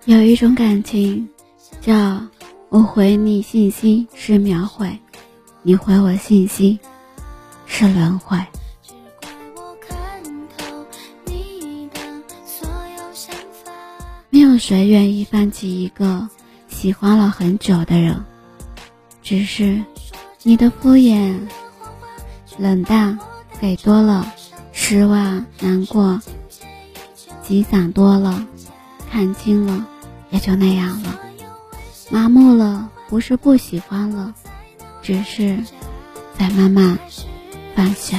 有一种感情叫我回你信息是秒回，你回我信息是轮回。没有谁愿意放弃一个喜欢了很久的人，只是你的敷衍冷淡给多了，失望难过积攒多了，看清了也就那样了，麻木了不是不喜欢了，只是在慢慢放下。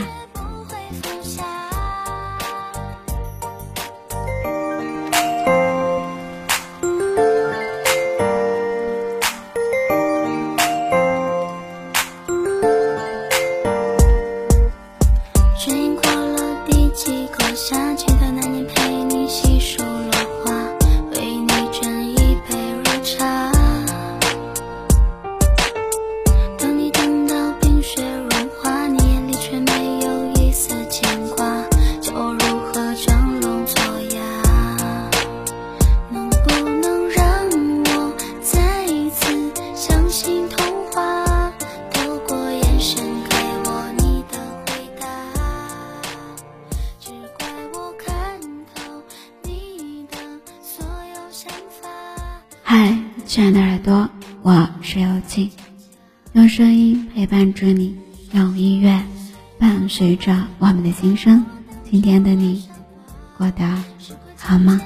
嗨，亲爱的耳朵，我是有静，用声音陪伴着你，用音乐伴随着我们的心声。今天的你过得好吗？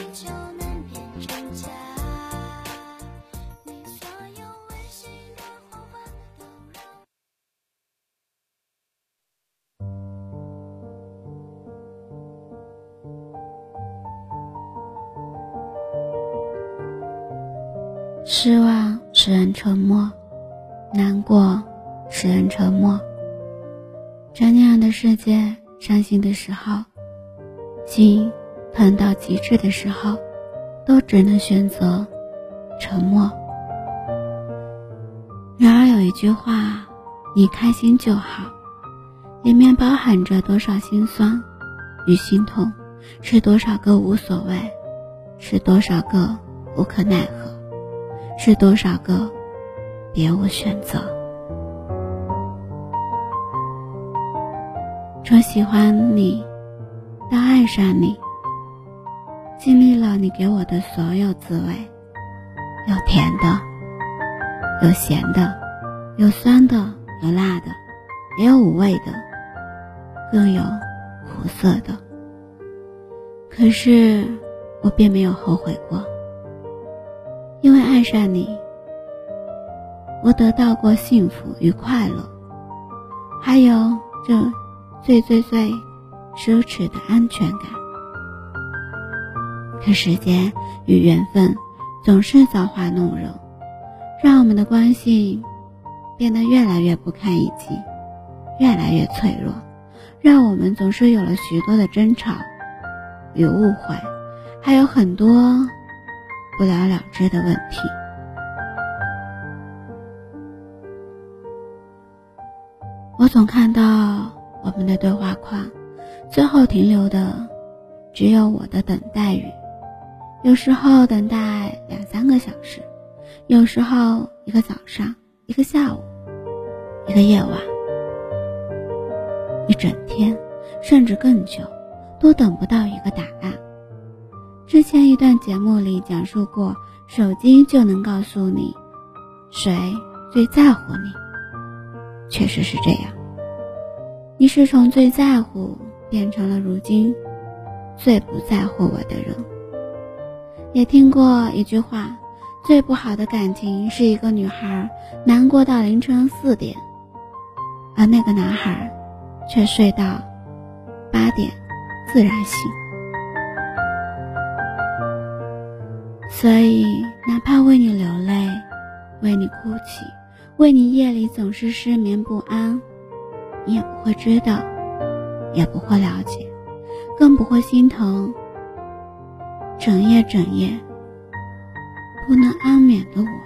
失望使人沉默，难过使人沉默。这样的世界，伤心的时候，心疼到极致的时候，都只能选择沉默。然而有一句话，你开心就好，里面包含着多少心酸与心痛，是多少个无所谓，是多少个无可奈何，是多少个别无选择。从喜欢你到爱上你，经历了你给我的所有滋味，有甜的，有咸的，有酸的，有辣的，也有无味的，更有苦涩的。可是我并没有后悔过，因为爱上你，我得到过幸福与快乐，还有这最奢侈的安全感。可时间与缘分总是造化弄人，让我们的关系变得越来越不堪一击，越来越脆弱，让我们总是有了许多的争吵与误会，还有很多不了了之的问题。我总看到我们的对话框最后停留的只有我的等待语，有时候等待2-3个小时，有时候一个早上，一个下午，一个夜晚，一整天，甚至更久，都等不到一个答案。之前一段节目里讲述过，手机就能告诉你谁最在乎你，确实是这样。你是从最在乎变成了如今最不在乎我的人。也听过一句话，最不好的感情是一个女孩难过到凌晨4点，而那个男孩却睡到8点自然醒。所以哪怕为你流泪，为你哭泣，为你夜里总是失眠不安，你也不会知道，也不会了解，更不会心疼整夜不能安眠的我。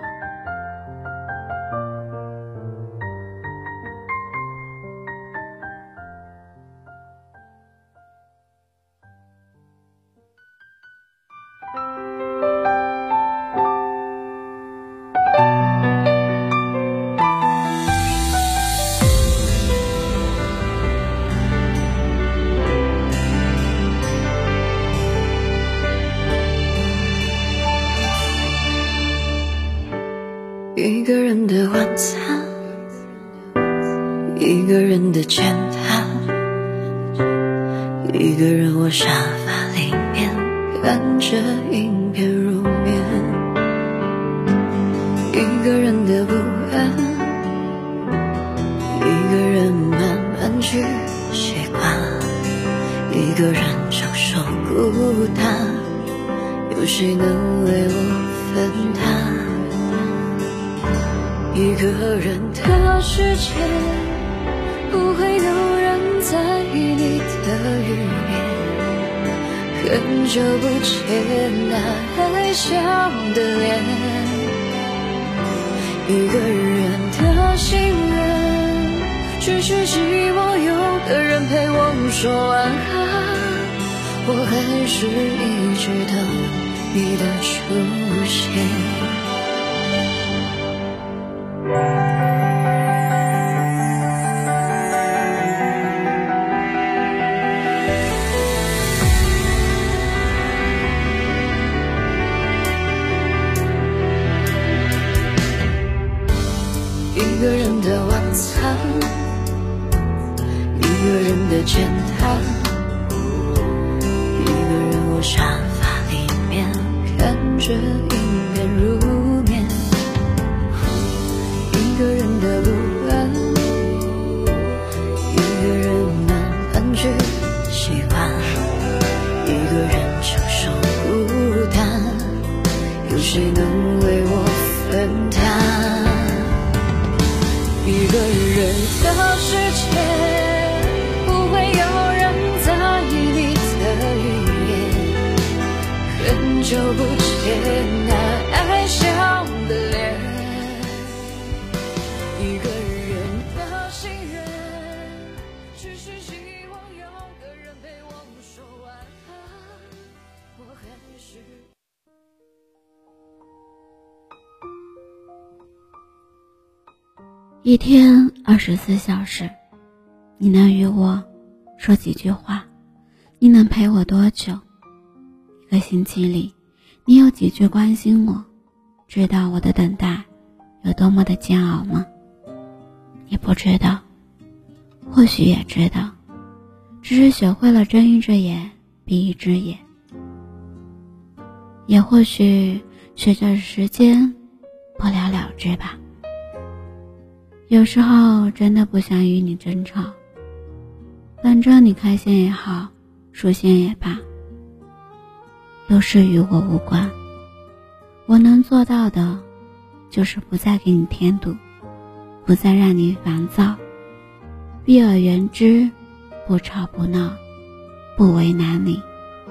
一个人的晚餐，一个人的简单，一个人窝沙发里面看着影片入眠，一个人的不安，一个人慢慢去习惯，一个人承受孤单，有谁能为我分担？一个人的世界，不会有人在意你的语言，很久不见那爱笑的脸，一个人的心愿，只是寂寞有个人陪我说晚安，我还是一直等你的出现。一个人的晚餐，一个人的简单，一个人窝沙发里面看着影片入眠，一个人的不安，一个人慢慢去习惯，一个人承受孤单，有谁能为我分担？一个人的世界，不会有人在意你的语言，很久不见那爱笑的脸，一个人的心愿，只是希望有个人陪我说晚安，我还是一天24小时，你能与我说几句话？你能陪我多久？一个星期里，你有几句关心我？知道我的等待有多么的煎熬吗？你不知道，或许也知道，只是学会了睁一只眼闭一只眼。也或许随着时间不了了之吧。有时候真的不想与你争吵，反正你开心也好，疏线也罢，都是与我无关。我能做到的就是不再给你添堵，不再让你烦躁，避而远之，不吵不闹，不为难你。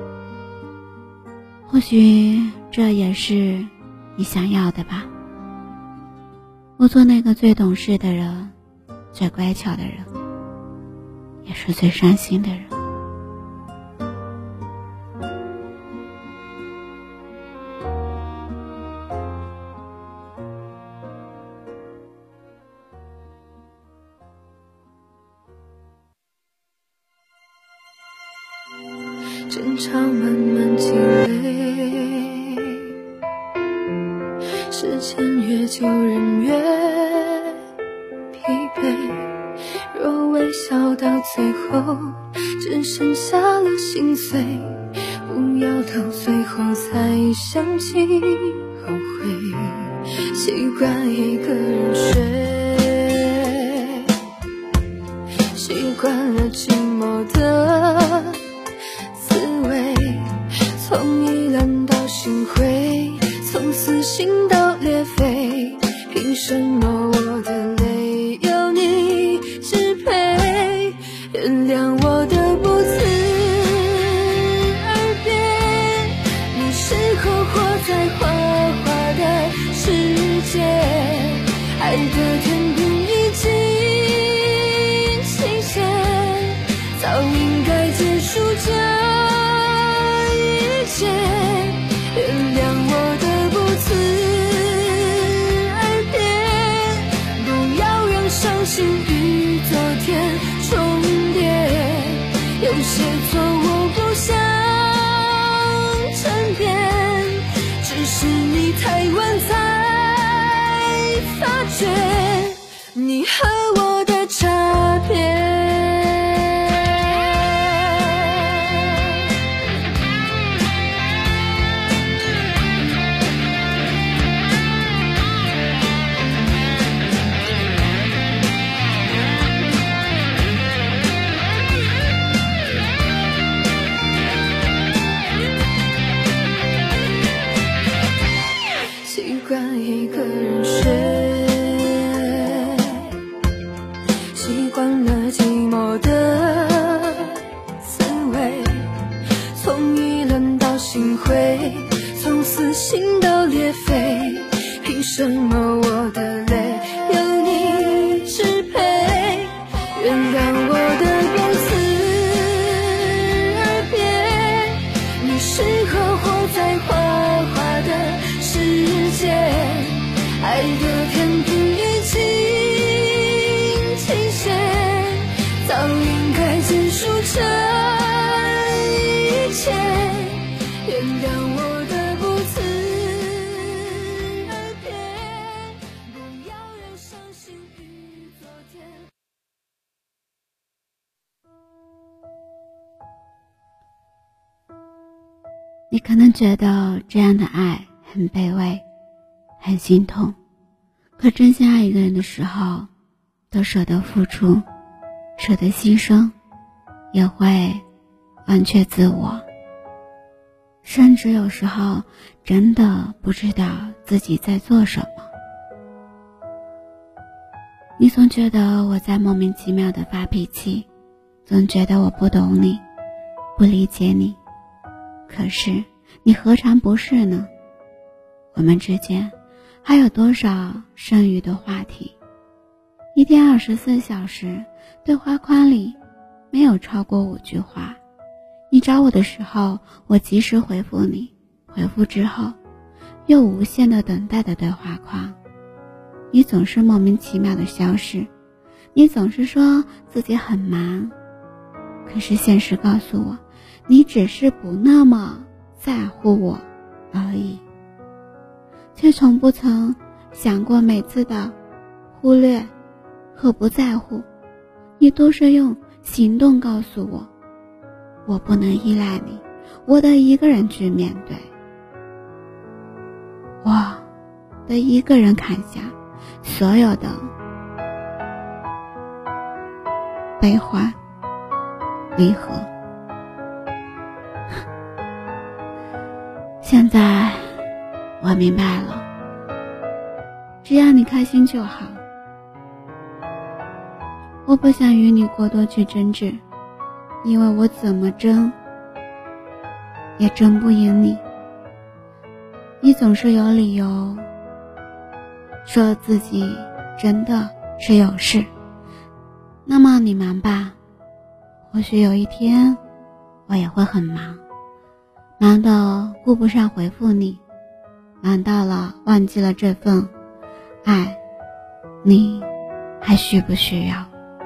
或许这也是你想要的吧。我做那个最懂事的人，最乖巧的人，也是最伤心的人。 争吵慢慢积累，时间越久人越疲惫，若微笑到最后只剩下了心碎，不要到最后才想起后悔，习惯一个人睡，习惯了寂寞的滋味，从依恋到心灰，从死心到裂肺，凭什么我的泪由你支配？原谅我的不辞而别，你是否活在花花的世界？爱的天平已经倾斜，早应该结束这一切。原谅我的不辞而别，不要让伤心与昨天重叠，有些错我不想争辩，只是你太晚才觉，你和我的差别。习惯一个人睡，习惯了寂寞的滋味，从意乱到心灰，从死心到裂肺，凭什么我的泪由你支配？原谅我的不辞而别，你适合活在花花的世界，爱的天平已经倾斜，早应该结束这一切。原谅我的不辞而别，不要让伤心与昨天。 你可能觉得这样的爱很卑微，很心痛，可真心爱一个人的时候，都舍得付出，舍得牺牲，也会忘却自我，甚至有时候真的不知道自己在做什么。你总觉得我在莫名其妙的发脾气，总觉得我不懂你，不理解你，可是你何尝不是呢？我们之间还有多少剩余的话题？一天24小时，对话框里没有超过5句话。你找我的时候，我及时回复你，回复之后又无限的等待的对话框。你总是莫名其妙的消失，你总是说自己很忙，可是现实告诉我，你只是不那么在乎我而已，却从不曾想过每次的忽略和不在乎，你都是用行动告诉我，我不能依赖你，我得一个人去面对，我得一个人砍下所有的悲欢离合。现在我明白了，只要你开心就好。我不想与你过多去争执，因为我怎么争也争不赢你。你总是有理由说自己真的是有事，那么你忙吧，或许有一天我也会很忙，忙到顾不上回复你，忙到了忘记了这份爱，你还需不需要？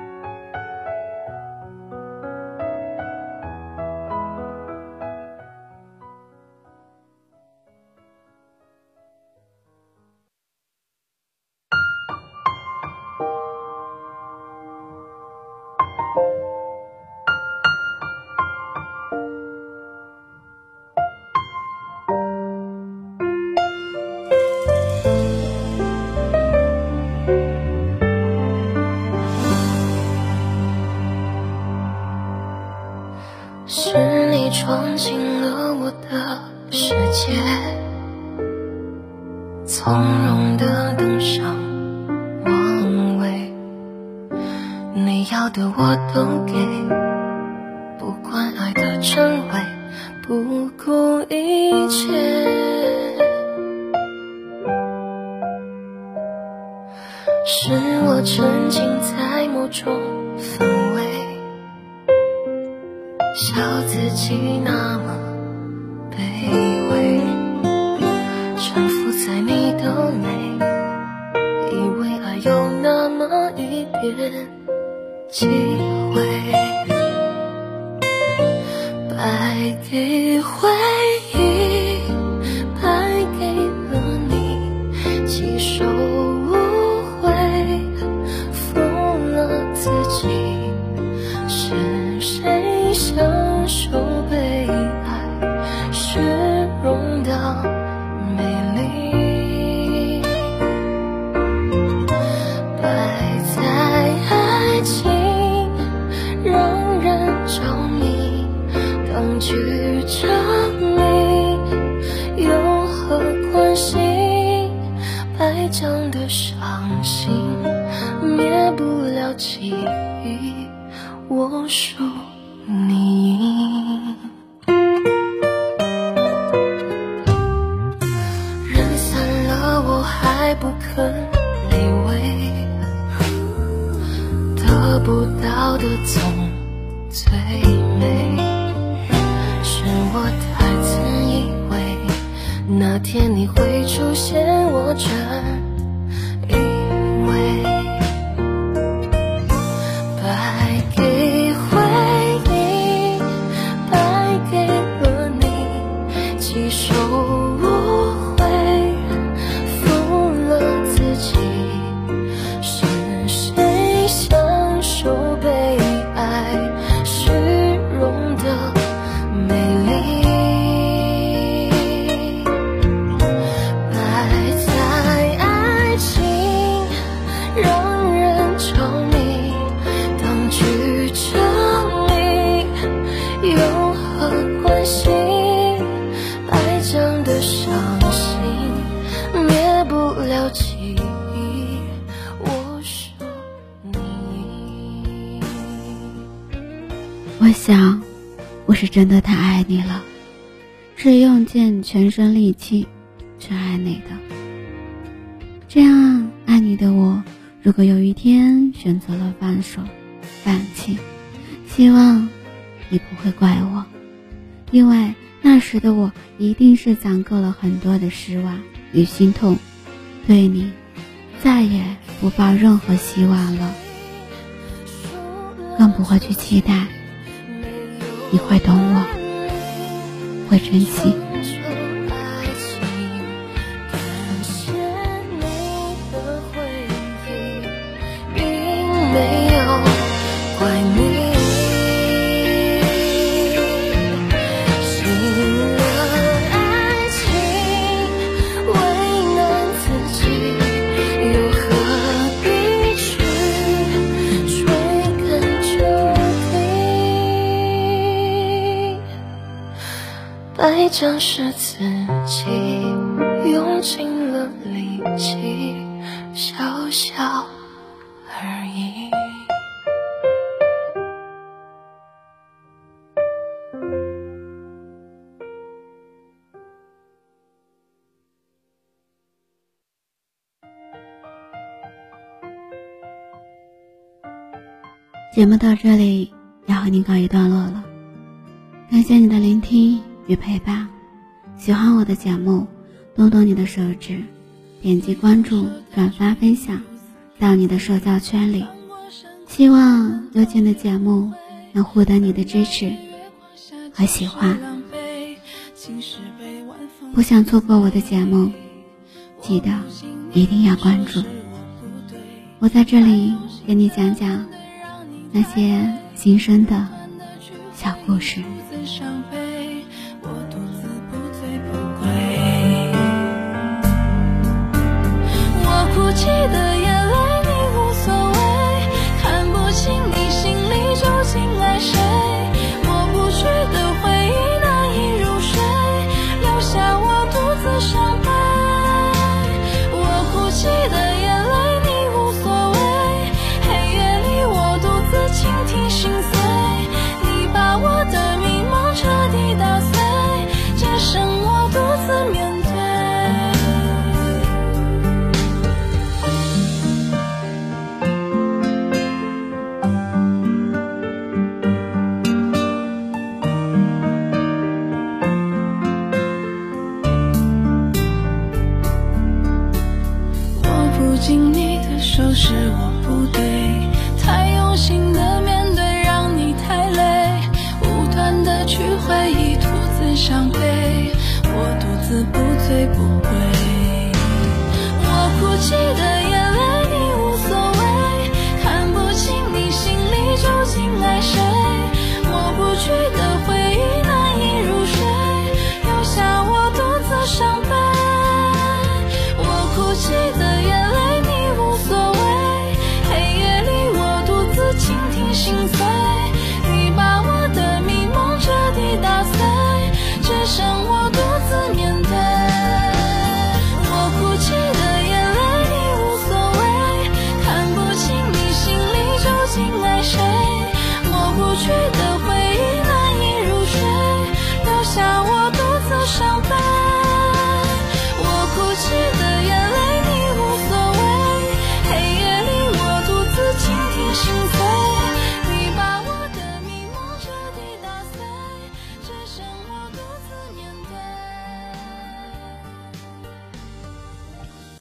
是你闯进了我的世界，从容地登上王位，你要的我都给，不管爱的真伪，不顾一切。是我沉浸在某种氛围，笑自己那么卑微，臣服在你的美，以为爱有那么一点机会，败给回忆，败给了你，弃守无悔， 白讲的伤心，灭不了记忆，我输你赢。人散了，我还不肯理会，得不到的总最美。是我太自以为那天你会出现，我真以为白给回忆，白给了你，几首误会，负了自己。是谁享受被爱虚荣的美丽？ 我想我是真的太爱你了，是用尽全身力气去爱你的。这样爱你的我，如果有一天选择了放手放弃，希望你不会怪我，因为那时的我一定是攒够了很多的失望与心痛，对你再也不抱任何希望了，更不会去期待你会懂我，会珍惜。 白讲是自己用尽了力气，笑笑而已。 节目到这里要和你告一段落了，感谢你的聆听与陪伴。喜欢我的节目，动动你的手指，点击关注、转发、分享到你的社交圈里。希望有钱的节目能获得你的支持和喜欢。不想错过我的节目，记得一定要关注。我在这里给你讲讲那些新生的小故事。 哭泣的眼泪你无所谓，看不清你心里究竟爱谁，抹不去的回忆难以入睡，留下我独自伤悲。我哭泣的眼泪你无所谓，黑夜里我独自倾听心碎，你把我的迷茫彻底打碎，只剩我独自面对。紧你的手是我不对，太用心的面对让你太累，无端的去回忆徒自伤悲，我独自不醉不